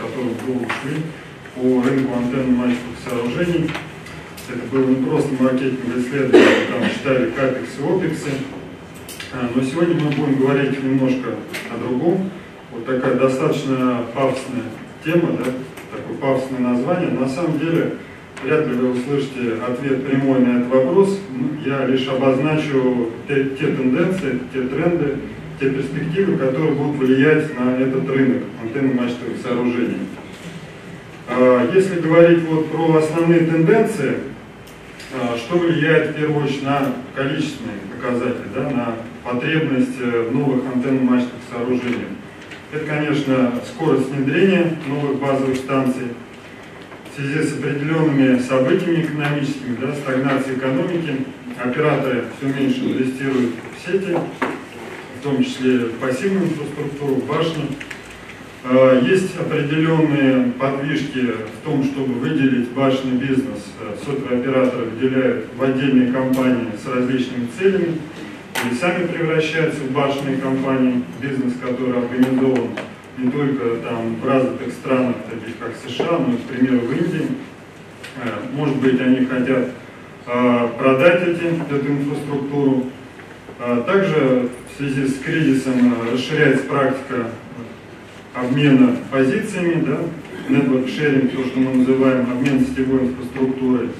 которые долго шли по рынку антенно-мачтовых сооружений. Это было не просто маркетинговое исследование, там считали капексы и опексы. Но сегодня мы будем говорить немножко о другом. Вот такая достаточно пафосная тема, да, такое пафосное название. На самом деле, вряд ли вы услышите ответ прямой на этот вопрос. Я лишь обозначу те тенденции, те тренды, те перспективы, которые будут влиять на этот рынок антенно-мачтовых сооружений. Если говорить вот про основные тенденции, что влияет в первую очередь на количественные показатели, да, на потребность в новых антенно-мачтовых сооружениях? Это, конечно, скорость внедрения новых базовых станций в связи с определенными событиями экономическими, да, стагнацией экономики. Операторы все меньше инвестируют в сети, в том числе в пассивную инфраструктуру, в башни. Есть определенные подвижки в том, чтобы выделить башенный бизнес. Сотовые операторы выделяют в отдельные компании с различными целями и сами превращаются в башенные компании, бизнес, который организован не только там в развитых странах, таких как США, но и, к примеру, в Индии. Может быть, они хотят продать эту инфраструктуру. Также в связи с кризисом расширяется практика обмена позициями, да, network sharing, то, что мы называем обмен сетевой инфраструктурой.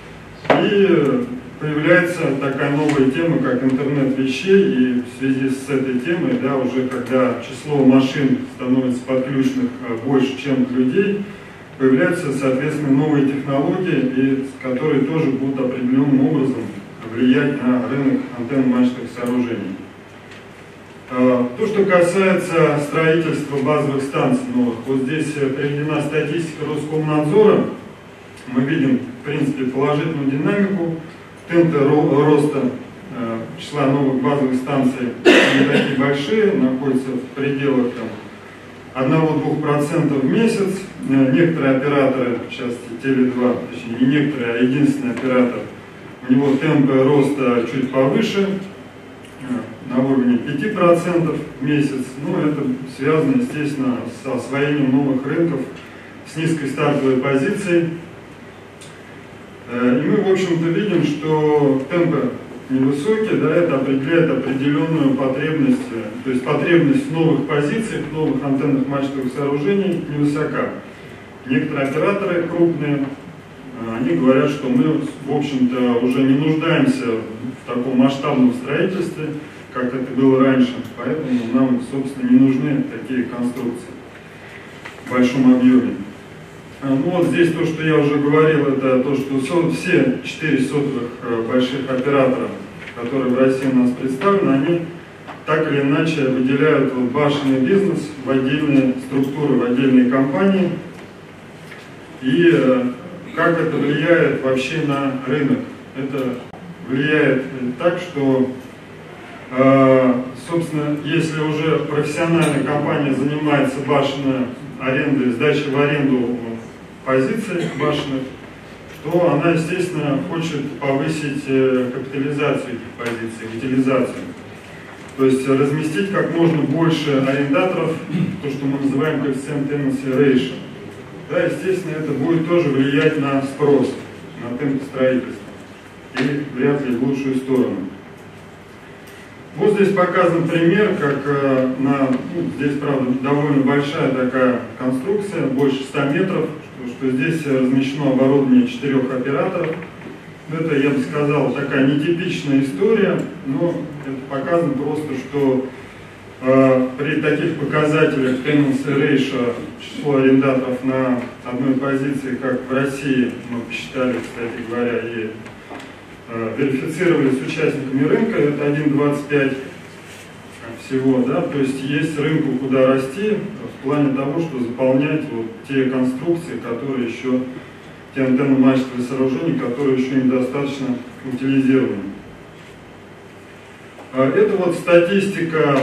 И появляется такая новая тема, как интернет вещей, и в связи с этой темой, да, уже когда число машин становится подключенных больше, чем людей, появляются, соответственно, новые технологии, которые тоже будут определенным образом влиять на рынок антенно-мачтовых сооружений. То, что касается строительства базовых станций новых, вот здесь приведена статистика Роскомнадзора. Мы видим, в принципе, положительную динамику. Темпы роста числа новых базовых станций не такие большие, находятся в пределах 1-2% в месяц. Некоторые операторы, в частности Теле2, точнее не некоторые, а единственный оператор, у него темпы роста чуть повыше, на уровне 5% в месяц. Ну, это связано, естественно, с освоением новых рынков, с низкой стартовой позицией. И мы, в общем-то, видим, что темпы невысокие, да, это определяет определенную потребность, то есть потребность в новых позициях, в новых антенных мачтовых сооружений невысока. Некоторые операторы крупные, они говорят, что мы, в общем-то, уже не нуждаемся в таком масштабном строительстве, как это было раньше, поэтому нам, собственно, не нужны такие конструкции в большом объеме. Ну вот здесь то, что я уже говорил, это то, что все 4 сотовых больших оператора, которые в России у нас представлены, они так или иначе выделяют вот башенный бизнес в отдельные структуры, в отдельные компании. И как это влияет вообще на рынок? Это влияет так, что, собственно, если уже профессиональная компания занимается башенной арендой, сдачей в аренду позиций башенных, то она, естественно, хочет повысить капитализацию этих позиций, утилизацию. То есть разместить как можно больше арендаторов, то, что мы называем коэффициент tenancy ratio. Да, естественно, это будет тоже влиять на спрос, на темп строительства, и вряд ли в лучшую сторону. Вот здесь показан пример, как здесь, правда, довольно большая такая конструкция, больше 100 метров, что здесь размещено оборудование 4 операторов. Это, я бы сказал, такая нетипичная история, но это показано просто, что при таких показателях tenancy ratio, число арендаторов на одной позиции, как в России, мы посчитали, кстати говоря, и верифицировали с участниками рынка, это 1,25 всего, да, то есть есть рынку куда расти в плане того, что заполнять вот те конструкции, которые еще, те антенно-мачтовые сооружения, которые еще недостаточно утилизированы. Это вот статистика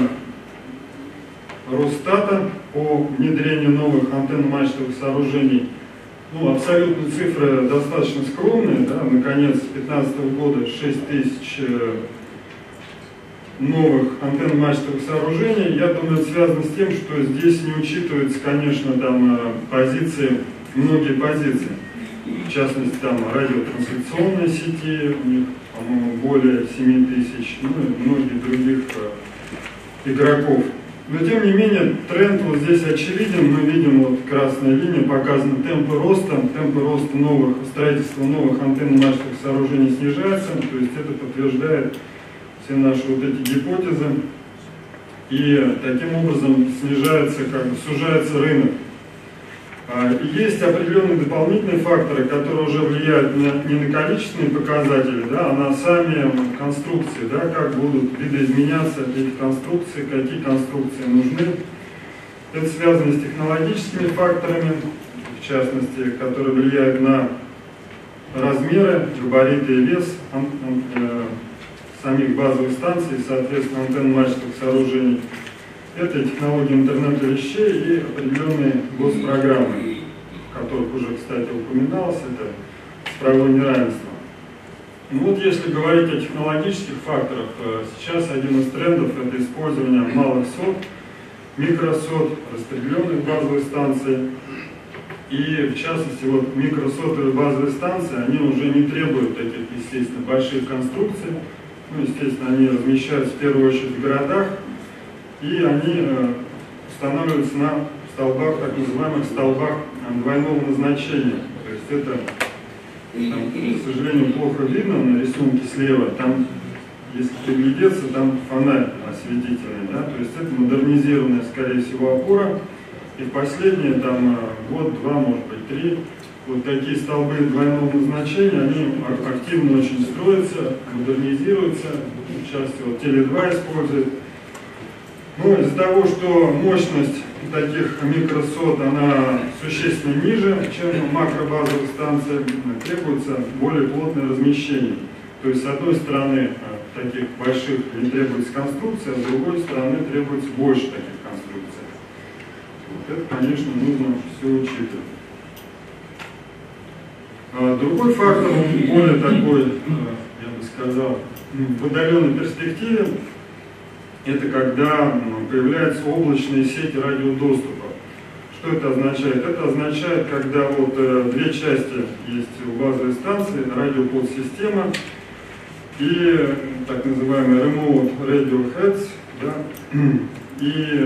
Росстата по внедрению новых антенно-мачтовых сооружений. Ну, абсолютные цифры достаточно скромные, да, наконец, с 2015 года 6000 новых антенно-мачтовых сооружений, я думаю, это связано с тем, что здесь не учитываются, конечно, там позиции, многие позиции. В частности, там радиотрансляционные сети, у них, по-моему, более 7000, ну и многих других игроков. Но, тем не менее, тренд вот здесь очевиден. Мы видим, вот красная линия, показаны темпы роста новых, строительства новых антенно-мачтовых сооружений снижается. То есть это подтверждает все наши вот эти гипотезы. И таким образом снижается, как бы сужается рынок. Есть определенные дополнительные факторы, которые уже влияют не на количественные показатели, да, а на сами конструкции, да, как будут видоизменяться эти конструкции, какие конструкции нужны. Это связано с технологическими факторами, в частности, которые влияют на размеры, габариты и вес самих базовых станций, соответственно, антенно-мачтовых сооружений. Это технологии интернета вещей и определенные госпрограммы, о которых уже, кстати, упоминалось, это цифровое неравенство. Ну вот если говорить о технологических факторах, сейчас один из трендов – это использование малых сот, микросот, распределенных базовых станций. И в частности, вот микросотовые базовые станции, они уже не требуют таких, естественно, больших конструкций. Ну, естественно, они размещаются в первую очередь в городах. И они устанавливаются на столбах, так называемых столбах двойного назначения. То есть это, там, к сожалению, плохо видно на рисунке слева. Там, если приглядеться, там фонарь осветительный. Да? То есть это модернизированная, скорее всего, опора. И в последние, там, год, два, может быть, 3, вот такие столбы двойного назначения, они активно очень строятся, модернизируются. В частности, вот Теле2 использует. Ну, из-за того, что мощность таких микросот, она существенно ниже, чем макробазовых станций, требуется более плотное размещение. То есть, с одной стороны, таких больших не требуется конструкция, а с другой стороны, требуется больше таких конструкций. Вот это, конечно, нужно все учитывать. Другой фактор, более такой, я бы сказал, в отдаленной перспективе, это когда появляются облачные сети радиодоступа. Что это означает? Это означает, когда вот две части есть у базовой станции, радиоподсистема и так называемый remote radio heads, да, и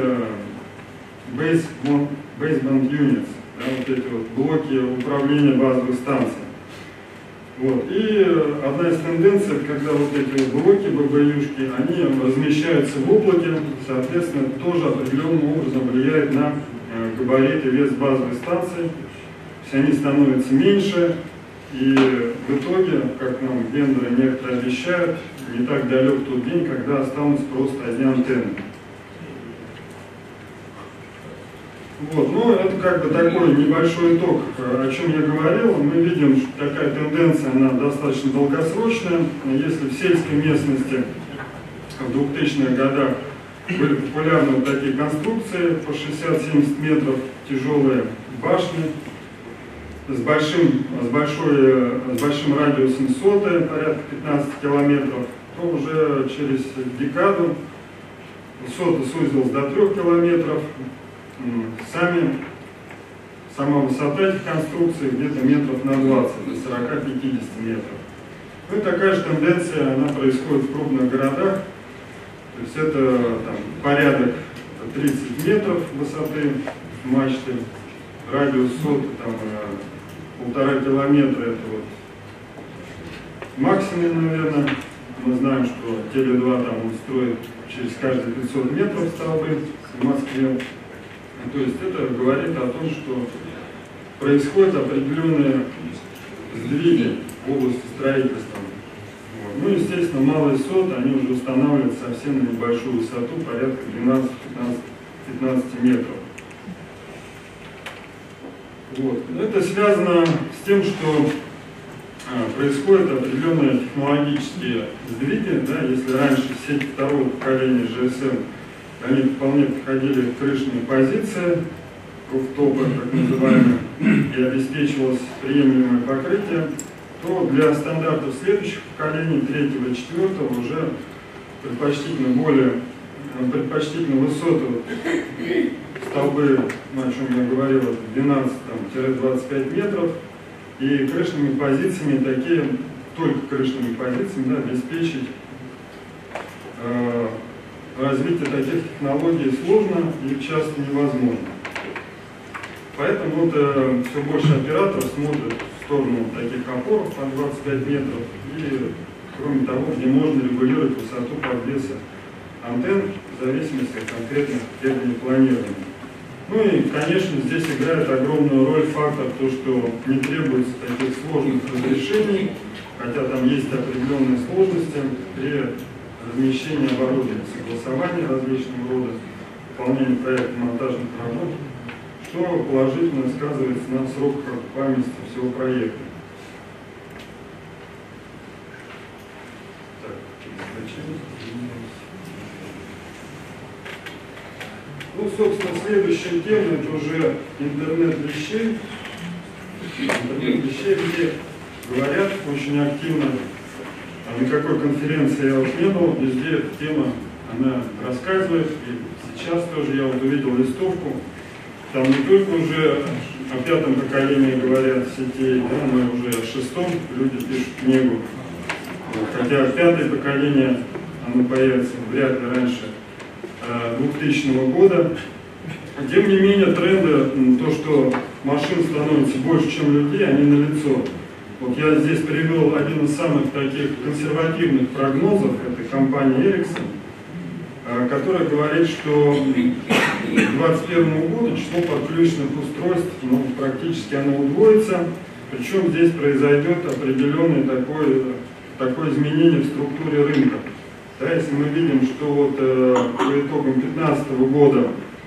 baseband units, да, вот эти вот блоки управления базовой станцией. Вот. И одна из тенденций, когда вот эти вот блоки, ББЮшки, они размещаются в облаке, соответственно, это тоже определенным образом влияет на габарит и вес базовой станции. То есть они становятся меньше, и в итоге, как нам вендоры некоторые обещают, не так далек тот день, когда останутся просто одни антенны. Вот, ну, это как бы такой небольшой итог, о чем я говорил. Мы видим, что такая тенденция, она достаточно долгосрочная. Если в сельской местности в 2000-х годах были популярны вот такие конструкции по 60-70 метров, тяжелые башни с большим радиусом соты, порядка 15 километров, то уже через декаду сота сузилась до 3 километров. Сама высота этих конструкций где-то метров на 20, до 40-50 метров. Ну и такая же тенденция, она происходит в крупных городах. То есть это там, порядок 30 метров высоты мачты, радиус соты там 1,5 километра, это вот максимум, наверное. Мы знаем, что Теле2 там строит через каждые 500 метров столбы в Москве. То есть это говорит о том, что происходят определенные сдвиги в области строительства. Вот. Ну, естественно, малые соты, они уже устанавливают совсем на небольшую высоту, порядка 12-15 метров. Вот. Это связано с тем, что происходят определенные технологические сдвиги. Да? Если раньше сети второго поколения GSM, они вполне подходили в крышные позиции, руфтопы, так называемые, и обеспечивалось приемлемое покрытие, то для стандартов следующих поколений, 3-го и 4-го, уже предпочтительно высоту столбы, о чем я говорил, 12-25 метров, и крышными позициями только крышными позициями обеспечить развитие таких технологий сложно и часто невозможно. Поэтому все больше операторов смотрят в сторону таких опор по 25 метров и, кроме того, где можно регулировать высоту подвеса антенн в зависимости от конкретных требований планирования. Ну и, конечно, здесь играет огромную роль фактор, что не требуется таких сложных разрешений, хотя там есть определенные сложности при размещении оборудования, согласовании различного рода, выполнении проектно-монтажных работ, что положительно сказывается на сроках окупаемости всего проекта. Ну, собственно, следующая тема — это уже интернет вещей. Интернет вещей, где говорят очень активно. На какой конференции я не был, везде эта тема, она рассказывает. И сейчас тоже я увидел листовку. Там не только уже о 5-м поколении говорят сетей, да, но и уже о 6-м люди пишут книгу. Хотя 5-е поколение, оно появится вряд ли раньше 2000 года. Тем не менее, тренды, то, что машин становится больше, чем людей, они налицо. Вот я здесь привел один из самых таких консервативных прогнозов, это компания Ericsson, которая говорит, что к 2021 году число подключенных устройств практически оно удвоится, причем здесь произойдет определенное такое изменение в структуре рынка. Да, если мы видим, что вот по итогам 2015 года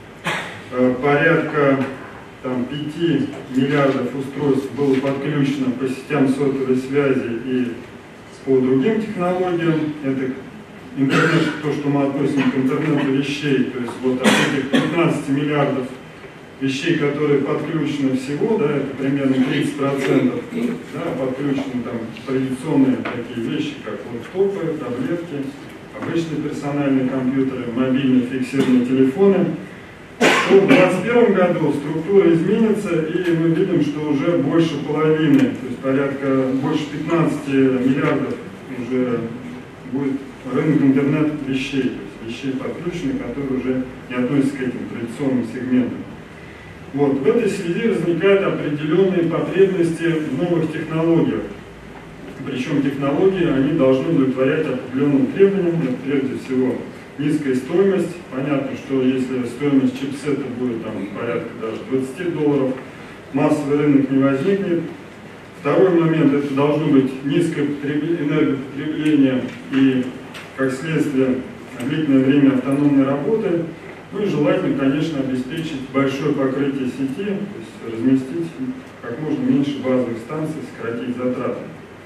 порядка 5 миллиардов устройств было подключено по сетям сотовой связи и по другим технологиям, это интернет, то, что мы относим к интернету вещей, то есть вот от этих 15 миллиардов вещей, которые подключены всего, да, это примерно 30%, да, подключены там традиционные такие вещи, как лэптопы, таблетки, обычные персональные компьютеры, мобильные фиксированные телефоны, то в 2021 году структура изменится, и мы видим, что уже больше половины, то есть порядка больше 15 миллиардов уже будет рынок интернет-вещей, то есть вещей подключенных, которые уже не относятся к этим традиционным сегментам. Вот. В этой связи возникают определенные потребности в новых технологиях. Причем технологии, они должны удовлетворять определенным требованиям, прежде всего низкая стоимость. Понятно, что если стоимость чипсета будет порядка даже $20, массовый рынок не возникнет. Второй момент — это должно быть низкое энергопотребление и, как следствие, длительное время автономной работы. Ну и желательно, конечно, обеспечить большое покрытие сети, то есть разместить как можно меньше базовых станций, сократить затраты.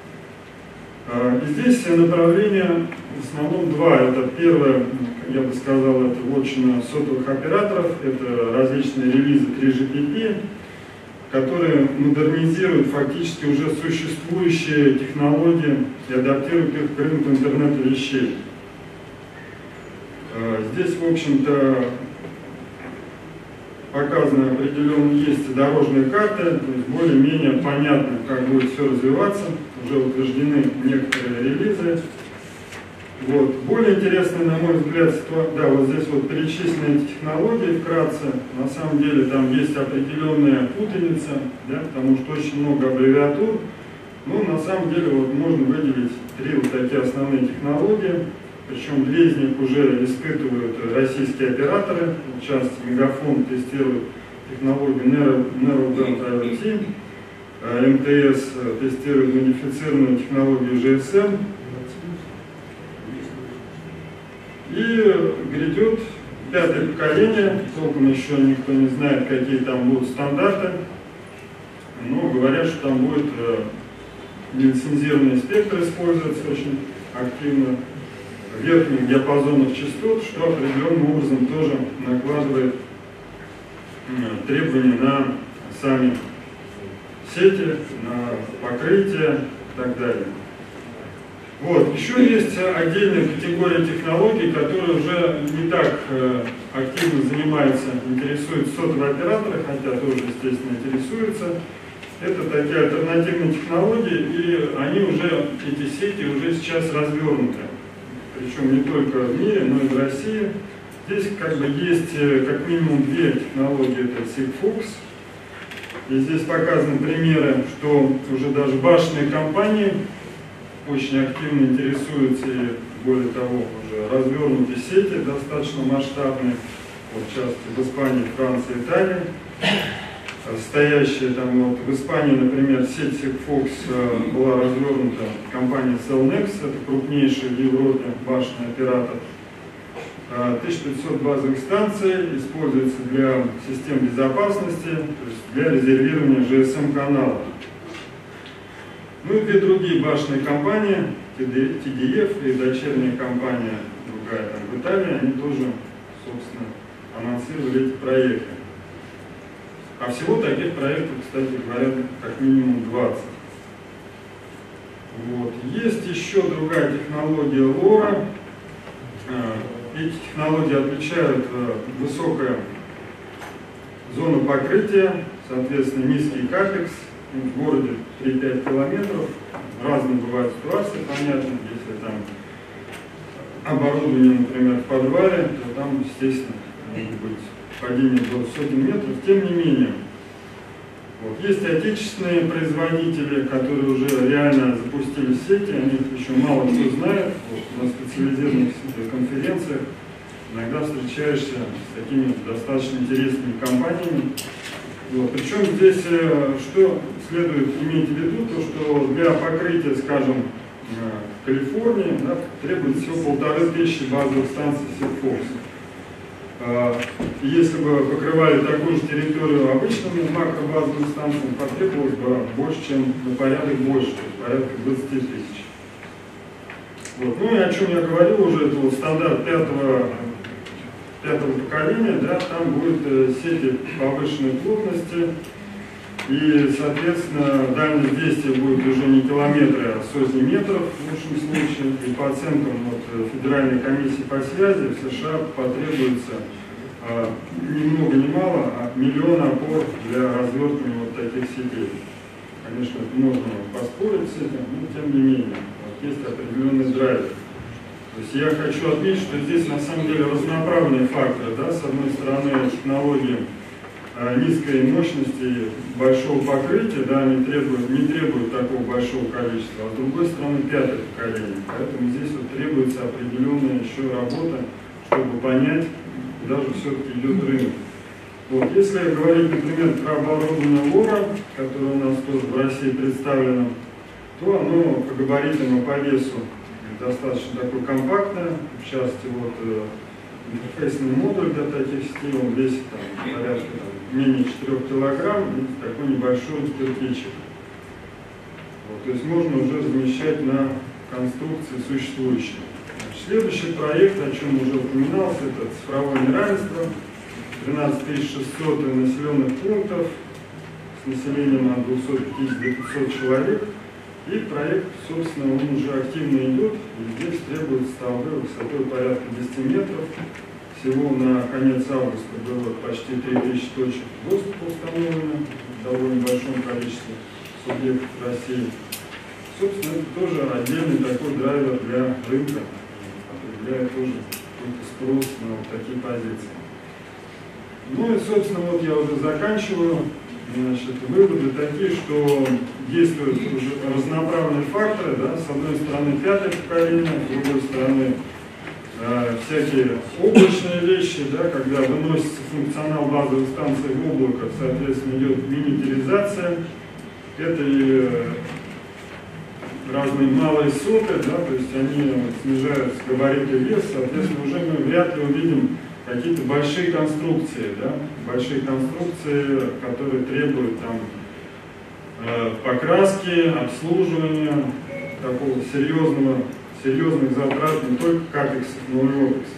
И здесь направления в основном два. Это первое, я бы сказал, это вотчина сотовых операторов, это различные релизы 3GPP, которые модернизируют фактически уже существующие технологии и адаптируют их к рынку интернета вещей. Здесь, в общем-то, показаны определенные есть дорожные карты, то есть более-менее понятно, как будет все развиваться, уже утверждены некоторые релизы. Вот. Более интересная, на мой взгляд, да, вот здесь вот перечислены эти технологии вкратце. На самом деле там есть определенная путаница, да, потому что очень много аббревиатур. Но на самом деле вот можно выделить три вот такие основные технологии. Причем две из них уже испытывают российские операторы. В частности, Мегафон тестирует технологию Narrowband IoT, МТС тестирует модифицированную технологию GSM. И грядет пятое поколение, толком еще никто не знает, какие там будут стандарты, но говорят, что там будет нелицензированный спектр использоваться очень активно, верхних диапазонов частот, что определенным образом тоже накладывает требования на сами сети, на покрытие и так далее. Вот. Еще есть отдельная категория технологий, которые уже не так активно интересуют сотовые операторы, хотя тоже, естественно, интересуются. Это такие альтернативные технологии, и они уже, эти сети уже сейчас развернуты. Причем не только в мире, но и в России. Здесь как бы есть как минимум две технологии, это Sigfox. И здесь показаны примеры, что уже даже башенные компании очень активно интересуются, и более того, уже развернуты сети достаточно масштабные, вот, в частности в Испании, Франции, Италии. Стоящие там, вот, в Испании, например, сеть Sigfox была развернута компанией Cellnex, это крупнейший в Европе башенный оператор. 1500 базовых станций используется для систем безопасности, то есть для резервирования GSM-канала. Ну и две другие башенные компании, TDF и дочерняя компания, другая там в Италии, они тоже, собственно, анонсировали эти проекты. А всего таких проектов, кстати говоря, как минимум 20. Вот. Есть еще другая технология LoRa. Эти технологии отличают высокая зона покрытия, соответственно, низкий капекс. В городе 3-5 километров. Разные бывают ситуации, понятно. Если там оборудование, например, в подвале, то там, естественно, может быть падение до сотен метров. Тем не менее, вот, есть отечественные производители, которые уже реально запустили сети, о них еще мало кто знает. Вот, на специализированных конференциях иногда встречаешься с такими достаточно интересными компаниями. Вот, причем здесь что следует иметь в виду, то что для покрытия, скажем, в Калифорнии, да, требуется всего 1500 базовых станций Sigfox. Если бы покрывали такую же территорию обычными макробазовыми станциями, потребовалось бы больше, чем на порядок больше, то есть порядка 20 тысяч. Вот. Ну и о чем я говорил уже, это вот стандарт пятого поколения, да, там будет сети повышенной плотности, и, соответственно, дальность действия будет уже не километры, а сотни метров в лучшем случае. И по оценкам вот, Федеральной комиссии по связи в США потребуется ни много ни мало, а 1 миллион опор для развертывания вот таких сетей. Конечно, это можно поспорить с этим, но тем не менее, вот, есть определенный драйвер. То есть я хочу отметить, что здесь на самом деле разнонаправленные факторы. Да? С одной стороны, технологии низкой мощности, большого покрытия, да, не требуют такого большого количества, а с другой стороны, пятое поколение. Поэтому здесь вот требуется определенная еще работа, чтобы понять, куда же все-таки идет рынок. Вот. Если говорить, например, про оборудование LoRa, которое у нас тоже в России представлено, то оно по габаритам и по весу достаточно такое компактное. В частности, вот интерфейсный модуль для таких сетей, он весит там, порядка менее 4 килограмм, и такой небольшой кирпичик. Вот, то есть можно уже размещать на конструкции существующие. Следующий проект, о чем уже упоминалось, это цифровое неравенство. 13 600 населенных пунктов с населением от 250 до 500 человек. И проект, собственно, он уже активно идет. И здесь требуется столбы высотой порядка 10 метров. Всего на конец августа было почти 3000 точек доступа установлено в довольно большом количестве субъектов России. Собственно, это тоже отдельный такой драйвер для рынка, определяет тоже какой-то спрос на вот такие позиции. Ну и, собственно, вот я уже заканчиваю. Значит, выводы такие, что действуют уже разнонаправленные факторы, да, с одной стороны пятое поколение, с другой стороны всякие облачные вещи, да, когда выносится функционал базовой станции в облако, соответственно, идет миниатюризация, это и разные малые соты, да, то есть они снижают габариты вес, соответственно, уже мы вряд ли увидим какие-то большие конструкции, да, большие конструкции, которые требуют там покраски, обслуживания, такого серьезных затрат, не только капексов, но и опексов.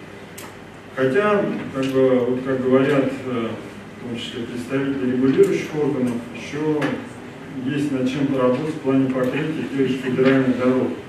Хотя, как бы, вот как говорят, в том числе представители регулирующих органов, еще есть над чем поработать в плане покрытия тех же федеральных дорог.